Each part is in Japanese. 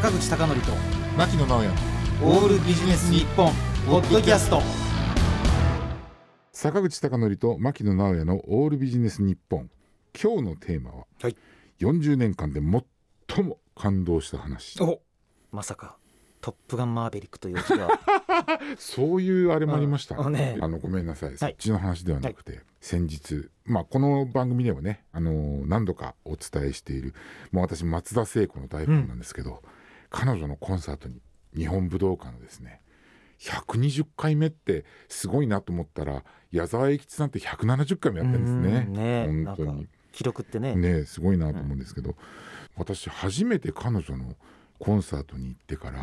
坂口孝則と牧野直哉オールビジネス日本ポッドキャスト。 坂口孝則と牧野直哉のオールビジネス日本。今日のテーマは、 はい、 40年間で最も感動した話。 まさかトップガンマーヴェリックという字がそういうあれもありました、 ごめんなさい、そっちの話ではなくて、先日、この番組ではね、何度かお伝えしている、もう私松田聖子の大ファンなんですけど、彼女のコンサートに日本武道館のですね120回目ってすごいなと思ったら、矢沢永吉さんって170回もやってるんですね。本当に記録ってねすごいなと思うんですけど、私初めて彼女のコンサートに行ってから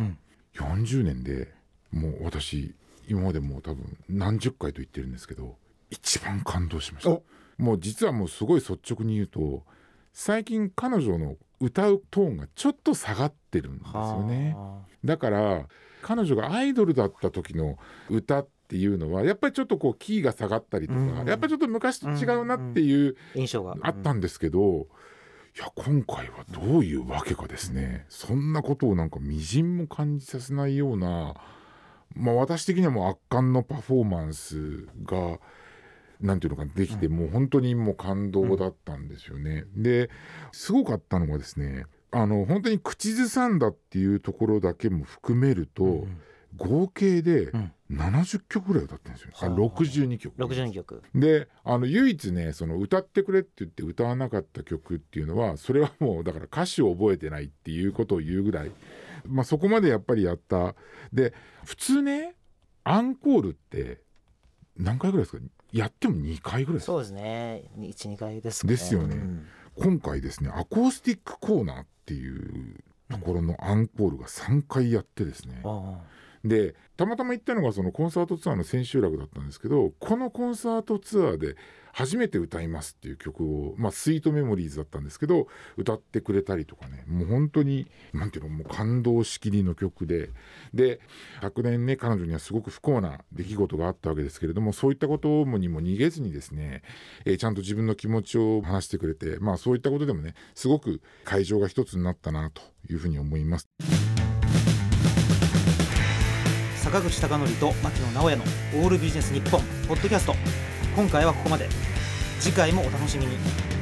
40年で、もう私今までもう多分何十回と言ってるんですけど、一番感動しました。もう実はもうすごい率直に言うと、最近彼女の歌うトーンがちょっと下がってるんですよね。だから彼女がアイドルだった時の歌っていうのはやっぱりちょっとこうキーが下がったりとか、やっぱりちょっと昔と違うなっていう印象があったんですけど、いや今回はどういうわけかですね、そんなことをなんかみじんも感じさせないような、私的にはもう圧巻のパフォーマンスがなんていうのかできて、もう本当にもう感動だったんですよね。ですごかったのがですね、本当に口ずさんだっていうところだけも含めると、合計で70曲ぐらい歌ってるんですよ。62曲で、唯一ね、その歌ってくれって言って歌わなかった曲っていうのは、それはもうだから歌詞を覚えてないっていうことを言うぐらい、そこまでやっぱりやった。で普通ね、アンコールって何回ぐらいですか？やっても2回ぐらいですか？ そうですね、 1,2 回ですかね。 ですよね、今回ですね、アコースティックコーナーっていうところのアンコールが3回やってですね、でたまたま行ったのがそのコンサートツアーの千秋楽だったんですけど、このコンサートツアーで初めて歌いますっていう曲を、スイートメモリーズだったんですけど歌ってくれたりとかね、もう本当になんていうの、もう感動しきりの曲で、昨年ね、彼女にはすごく不幸な出来事があったわけですけれども、そういったことにも逃げずにですね、ちゃんと自分の気持ちを話してくれて、そういったことでもね、すごく会場が一つになったなというふうに思います。 坂口孝則と牧野直哉のオールビジネス日本ポッドキャスト。今回はここまで。次回もお楽しみに。